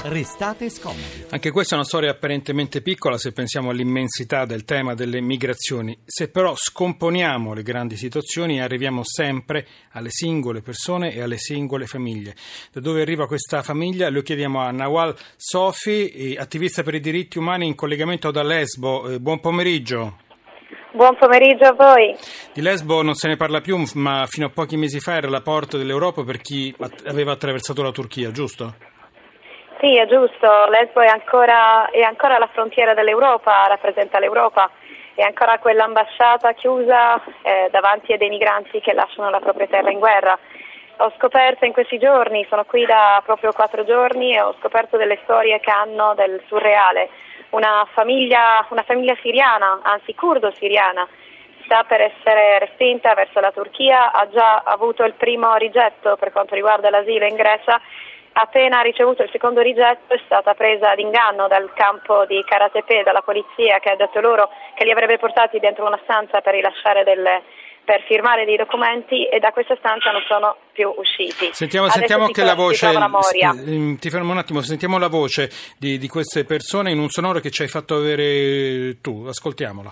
Restate scomodi. Anche questa è una storia apparentemente piccola se pensiamo all'immensità del tema delle migrazioni. Se però scomponiamo le grandi situazioni arriviamo sempre alle singole persone e alle singole famiglie. Da dove arriva questa famiglia? Lo chiediamo a Nawal Sofi, attivista per i diritti umani in collegamento da Lesbo. Buon pomeriggio. Buon pomeriggio a voi. Di Lesbo non se ne parla più, ma fino a pochi mesi fa era la porta dell'Europa per chi aveva attraversato la Turchia, giusto? Sì, è giusto. Lesbo è ancora la frontiera dell'Europa, rappresenta l'Europa. È ancora quell'ambasciata chiusa davanti a dei migranti che lasciano la propria terra in guerra. Ho scoperto in questi giorni, sono qui da proprio 4 giorni e ho scoperto delle storie che hanno del surreale. Una famiglia siriana, anzi curdo-siriana, sta per essere respinta verso la Turchia, ha già avuto il primo rigetto per quanto riguarda l'asilo in Grecia. Appena ricevuto il secondo rigetto è stata presa d'inganno dal campo di Karatepe, dalla polizia, che ha detto loro che li avrebbe portati dentro una stanza per rilasciare per firmare dei documenti, e da questa stanza non sono più usciti. Sentiamo che la voce, ti fermo un attimo, sentiamo la voce di queste persone in un sonoro che ci hai fatto avere tu, ascoltiamola.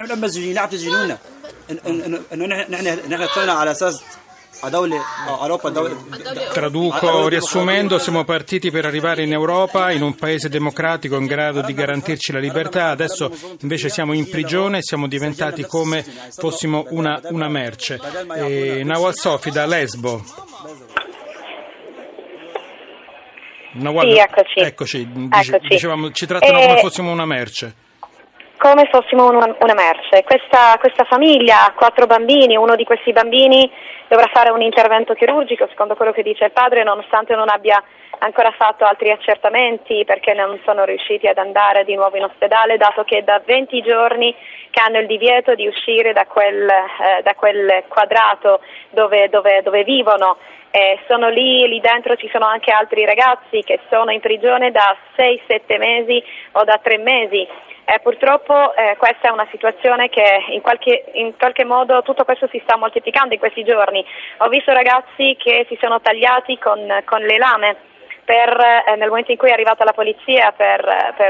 Traduco, riassumendo, siamo partiti per arrivare in Europa, in un paese democratico in grado di garantirci la libertà, adesso invece siamo in prigione, siamo diventati come fossimo una merce. Nawal Sofi da Lesbo. Nawal, sì, eccoci. Eccoci. Dicevamo, ci trattano come fossimo una merce. Come fossimo una merce. Questa famiglia ha 4 bambini, uno di questi bambini dovrà fare un intervento chirurgico, secondo quello che dice il padre, nonostante non abbia ancora fatto altri accertamenti, perché non sono riusciti ad andare di nuovo in ospedale, dato che da 20 giorni che hanno il divieto di uscire da quel quadrato dove vivono. Sono lì dentro ci sono anche altri ragazzi che sono in prigione da 6-7 mesi o da 3 mesi. Purtroppo questa è una situazione che in qualche modo tutto questo si sta moltiplicando in questi giorni. Ho visto ragazzi che si sono tagliati con le lame nel momento in cui è arrivata la polizia per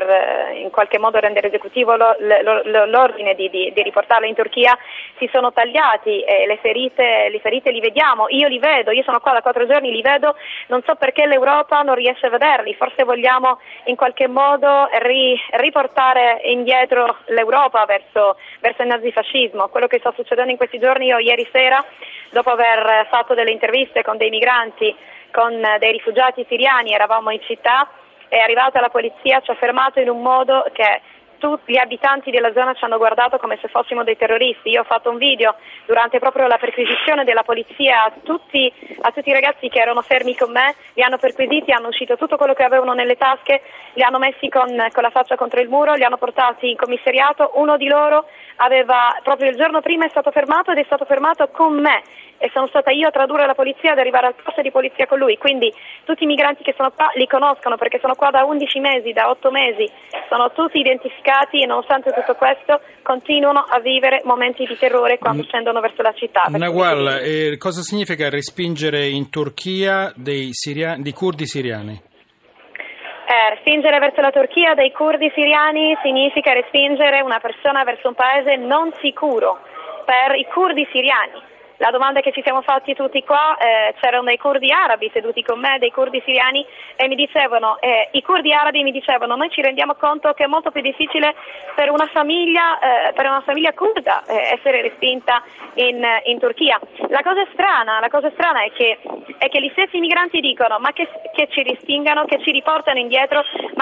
in qualche modo rendere esecutivo l'ordine di riportarlo in Turchia. Si sono tagliati e le ferite li vediamo, io li vedo, io sono qua da 4 giorni, li vedo, non so perché l'Europa non riesce a vederli, forse vogliamo in qualche modo riportare indietro l'Europa verso il nazifascismo. Quello che sta succedendo in questi giorni, io ieri sera, dopo aver fatto delle interviste con dei migranti, con dei rifugiati siriani, eravamo in città, è arrivata la polizia, ci ha fermato in un modo che tutti gli abitanti della zona ci hanno guardato come se fossimo dei terroristi. Io ho fatto un video durante proprio la perquisizione della polizia a tutti i ragazzi che erano fermi con me, li hanno perquisiti, hanno uscito tutto quello che avevano nelle tasche, li hanno messi con la faccia contro il muro, li hanno portati in commissariato. Uno di loro proprio il giorno prima è stato fermato ed è stato fermato con me, e sono stata io a tradurre la polizia ad arrivare al posto di polizia con lui. Quindi tutti i migranti che sono qua li conoscono, perché sono qua da 11 mesi, da 8 mesi, sono tutti identificati, e nonostante tutto questo continuano a vivere momenti di terrore quando scendono verso la città. Nawal, cosa significa respingere in Turchia dei curdi siriani? Respingere verso la Turchia dei curdi siriani significa respingere una persona verso un paese non sicuro per i curdi siriani. La domanda che ci siamo fatti tutti qua, c'erano dei curdi arabi seduti con me, dei curdi siriani, e mi dicevano, i curdi arabi mi dicevano, noi ci rendiamo conto che è molto più difficile per una famiglia curda essere respinta in Turchia. La cosa strana è che gli stessi migranti dicono ma che ci respingano, che ci riportano indietro, ma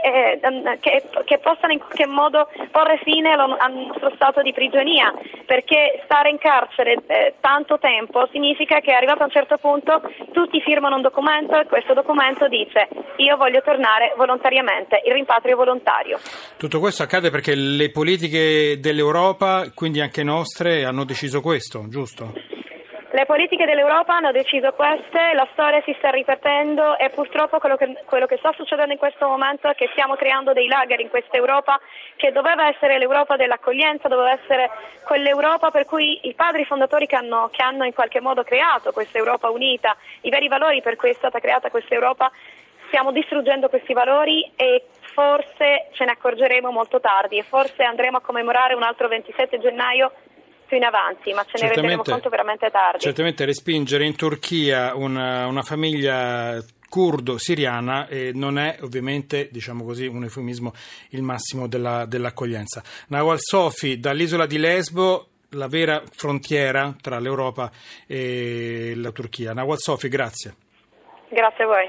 che possano in qualche modo porre fine al nostro stato di prigionia, perché stare in carcere tanto tempo significa che arrivato a un certo punto tutti firmano un documento, e questo documento dice io voglio tornare volontariamente, il rimpatrio volontario. Tutto questo accade perché le politiche dell'Europa, quindi anche nostre, hanno deciso questo, giusto? Le politiche dell'Europa hanno deciso queste, la storia si sta ripetendo, e purtroppo quello che sta succedendo in questo momento è che stiamo creando dei lager in questa Europa, che doveva essere l'Europa dell'accoglienza, doveva essere quell'Europa per cui i padri fondatori che hanno in qualche modo creato questa Europa unita, i veri valori per cui è stata creata questa Europa, stiamo distruggendo questi valori e forse ce ne accorgeremo molto tardi e forse andremo a commemorare un altro 27 gennaio più in avanti, ma ce ne renderemo conto veramente tardi. Certamente respingere in Turchia una famiglia curdo-siriana non è ovviamente, diciamo così, un eufemismo, il massimo dell'accoglienza. Nawal Sofi, dall'isola di Lesbo, la vera frontiera tra l'Europa e la Turchia. Nawal Sofi, grazie. Grazie a voi.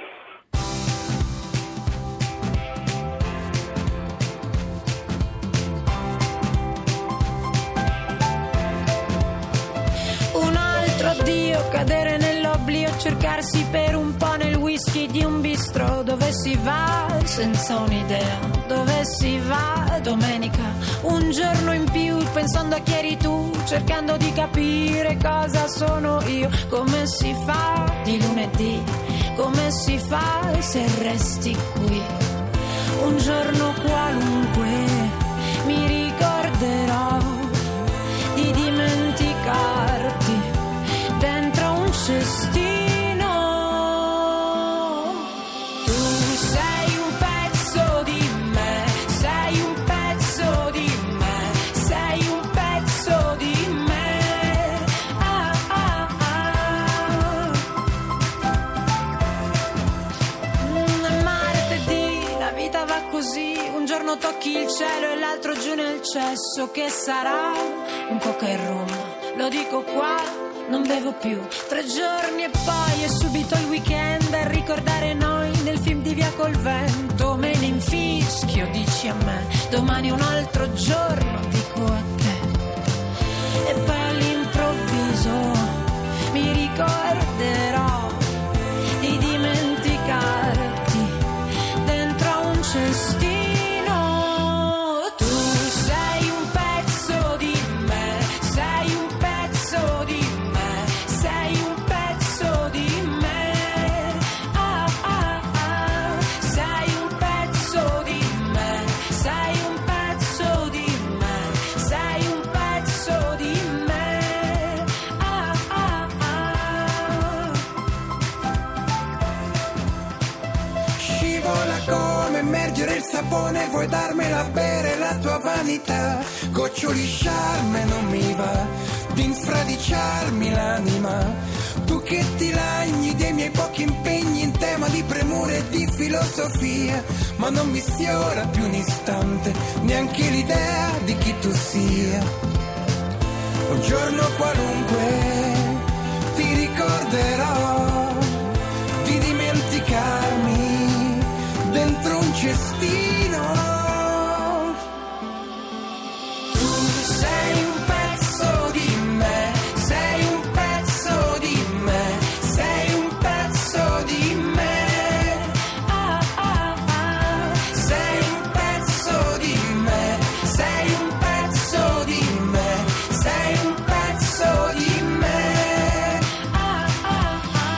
Un altro addio, cadere nell'oblio, cercarsi per un po' nel whisky di un bistro. Dove si va senza un'idea, dove si va domenica, un giorno in più pensando a chi eri tu, cercando di capire cosa sono io. Come si fa di lunedì, come si fa se resti qui un giorno qualunque. Mi ricorderò di dimenticarti dentro un cestino. Tu sei un pezzo di me, sei un pezzo di me, sei un pezzo di me. Ah, ah, ah. È martedì, la vita va così, un giorno tocchi il cielo e l'altro giù nel cesso. Che sarà? Un coca e rum, lo dico qua, non bevo più. 3 giorni e poi è subito il weekend, a ricordare noi nel film di Via col Vento. Me ne infischio, dici a me, domani è un altro giorno, dico a te. E poi all'improvviso mi ricorderò di dimenticarti dentro un cestino. Tu sei un pezzo di me, sei un pezzo di me, sei un pezzo di me. Ah, ah, ah. Sei un pezzo di me, sei un pezzo di me, sei un pezzo di me. Ah, ah, ah. Scivola come immergere il sapone, vuoi darmela a bere la tua vanità, gocciolisciarmi non mi va, di infradiciarmi l'anima, tu che ti lagni dei miei pochi impegni in tema di premure e di filosofia, ma non mi sfiora più un istante neanche l'idea di chi tu sia. Un giorno qualunque ti ricorderò di dimenticarmi dentro un cestino. Tu sei un pezzo di me, sei un pezzo di me, sei un pezzo di me. Ah, ah, ah. Sei un pezzo di me, sei un pezzo di me, sei un pezzo di me. Ah, ah,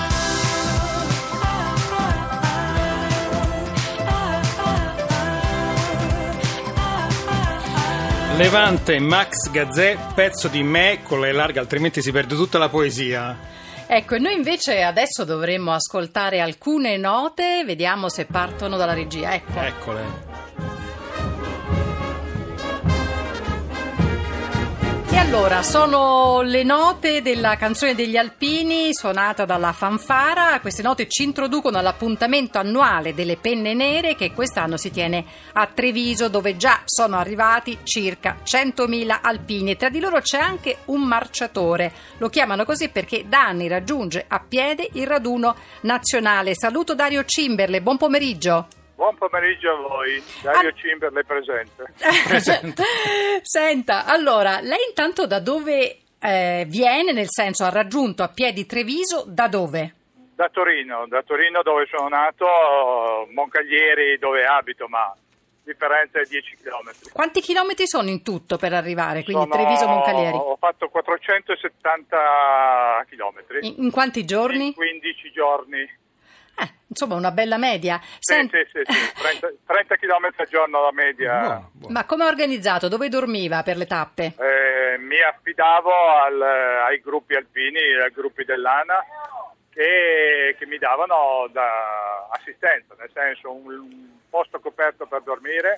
Levante, Max Gazzè, pezzo di me con le larghe, altrimenti si perde tutta la poesia. Ecco, e noi invece adesso dovremmo ascoltare alcune note, vediamo se partono dalla regia. Ecco. Eccole. E allora, sono le note della canzone degli Alpini suonata dalla fanfara. Queste note ci introducono all'appuntamento annuale delle Penne Nere che quest'anno si tiene a Treviso, dove già sono arrivati circa 100.000 alpini e tra di loro c'è anche un marciatore. Lo chiamano così perché da anni raggiunge a piede il raduno nazionale. Saluto Dario Cimberle, buon pomeriggio. Buon pomeriggio a voi, Dario Cimberle presente. Senta, allora, lei intanto da dove viene, nel senso ha raggiunto a piedi Treviso, da dove? Da Torino dove sono nato, Moncaglieri dove abito, ma differenza è 10 km. Quanti chilometri sono in tutto per arrivare, quindi Treviso-Moncaglieri? Ho fatto 470 chilometri. In quanti giorni? In 15 giorni. Insomma, una bella media. Sì. 30 km al giorno la media. Buono. Ma come è organizzato? Dove dormiva per le tappe? Mi affidavo ai gruppi alpini, ai gruppi dell'ANA, che mi davano da assistenza, nel senso un posto coperto per dormire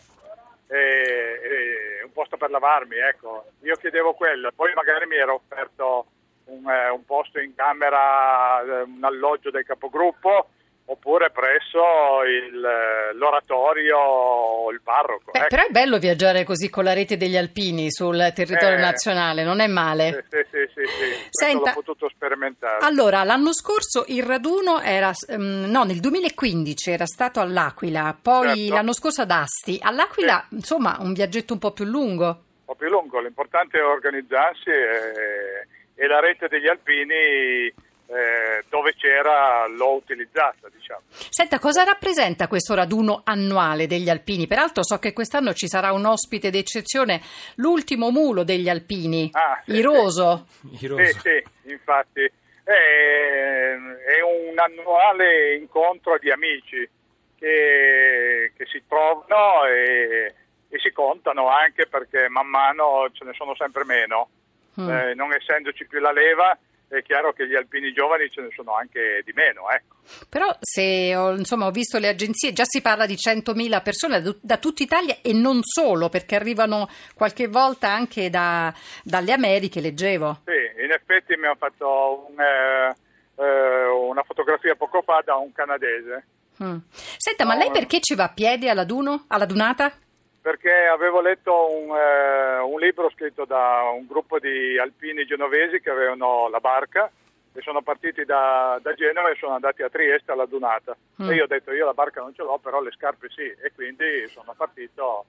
e un posto per lavarmi, ecco. Io chiedevo quello, poi magari mi era offerto un posto in camera, un alloggio del capogruppo, oppure presso l'oratorio o il parroco. Ecco. Però è bello viaggiare così con la rete degli alpini sul territorio nazionale, non è male. Sì. Senta, l'ho potuto sperimentare. Allora, l'anno scorso il raduno era, nel 2015 era stato all'Aquila, poi certo. L'anno scorso ad Asti. All'Aquila, insomma, un viaggetto un po' più lungo. Un po' più lungo, l'importante è organizzarsi e la rete degli alpini dove c'era l'ho utilizzata, diciamo. Senta, cosa rappresenta questo raduno annuale degli alpini? Peraltro so che quest'anno ci sarà un ospite d'eccezione, l'ultimo mulo degli alpini, Iroso. Sì, infatti è un annuale incontro di amici che si trovano e si contano, anche perché man mano ce ne sono sempre meno, non essendoci più la leva. È chiaro che gli alpini giovani ce ne sono anche di meno, ecco. Però ho visto le agenzie, già si parla di 100.000 persone da tutta Italia e non solo, perché arrivano qualche volta anche dalle Americhe, leggevo. Sì, in effetti mi hanno fatto una fotografia poco fa da un canadese. Senta, ma lei perché ci va a piedi alla Dunata? Perché avevo letto un libro scritto da un gruppo di alpini genovesi che avevano la barca e sono partiti da Genova e sono andati a Trieste alla Dunata. E io ho detto, io la barca non ce l'ho, però le scarpe sì, e quindi sono partito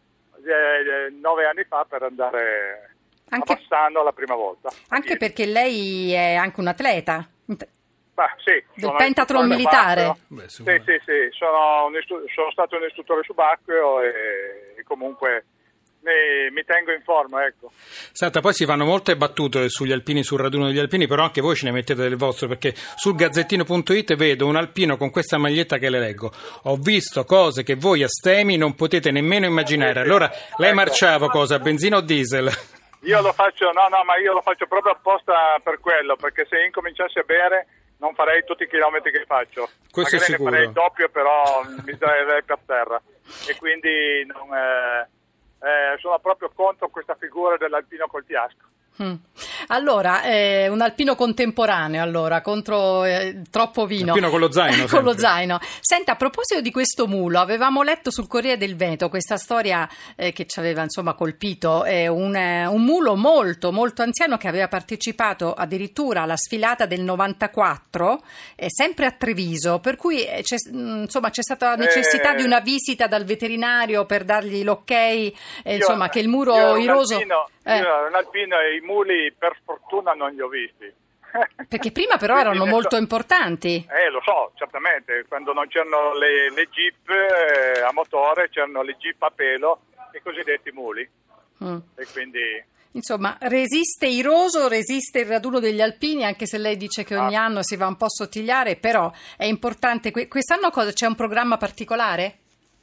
9 anni fa per andare a Bassano la prima volta. Anche perché lei è anche un atleta. Sì, del pentathlon militare. Sì. Sono stato un istruttore subacqueo e comunque mi tengo in forma, ecco. Senta, poi si fanno molte battute sugli alpini, sul raduno degli alpini, però anche voi ce ne mettete del vostro, perché sul gazzettino.it vedo un alpino con questa maglietta che le leggo: ho visto cose che voi astemi non potete nemmeno immaginare. Allora, lei marciava cosa, benzina o diesel? Io lo faccio, ma io lo faccio proprio apposta per quello, perché se incominciassi a bere non farei tutti i chilometri che faccio. Questo magari è sicuro. Ne farei il doppio, però mi darei per terra. E quindi sono proprio contro questa figura dell'alpino col fiasco. Allora, un alpino contemporaneo, contro troppo vino. Alpino con lo zaino. Con lo zaino. Senta, a proposito di questo mulo, avevamo letto sul Corriere del Veneto questa storia che ci aveva colpito, un mulo molto, molto anziano che aveva partecipato addirittura alla sfilata del 94, sempre a Treviso, per cui c'è stata necessità di una visita dal veterinario per dargli l'ok, che il muro iroso... Io un alpino e i muli per fortuna non li ho visti. Perché prima però erano molto importanti. Lo so, certamente. Quando non c'erano le jeep a motore, c'erano le jeep a pelo, i cosiddetti muli. E quindi... Insomma, resiste Iroso, resiste il raduno degli alpini, anche se lei dice che ogni anno si va un po' a sottigliare, però è importante. Quest'anno c'è un programma particolare?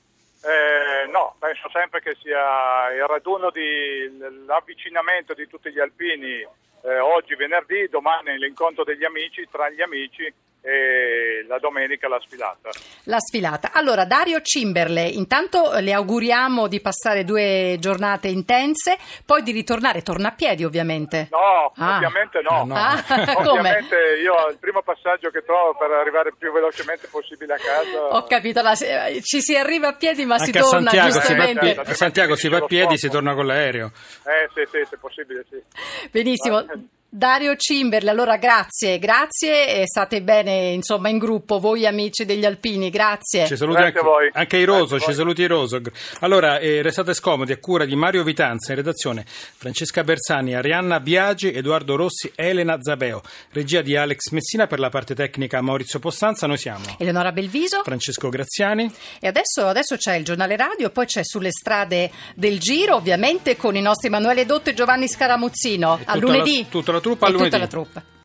No, penso sempre che sia il raduno l'avvicinamento di tutti gli alpini, oggi venerdì, domani l'incontro degli amici, tra gli amici, e la domenica la sfilata. La sfilata. Allora, Dario Cimberle, intanto le auguriamo di passare 2 giornate intense, poi di ritornare, torna a piedi ovviamente. No, ovviamente no. Ovviamente io il primo passaggio che trovo per arrivare il più velocemente possibile a casa. Ho capito, ci si arriva a piedi ma anche si torna giustamente. A Santiago si va a piedi, si torna con l'aereo. Sì, se possibile sì. Benissimo. Dario Cimberle, allora grazie e state bene in gruppo, voi amici degli alpini, grazie. Ci saluti anche Iroso, ci saluti Iroso. Allora, restate scomodi, a cura di Mario Vitanza, in redazione Francesca Bersani, Arianna Biagi, Edoardo Rossi, Elena Zabeo, regia di Alex Messina, per la parte tecnica Maurizio Possanza. Noi siamo Eleonora Belviso, Francesco Graziani e adesso c'è il giornale radio, poi c'è Sulle strade del Giro, ovviamente con i nostri Emanuele Dotto e Giovanni Scaramuzzino. A lunedì. Tutta la truppa a lunedì. Tutta la truppa.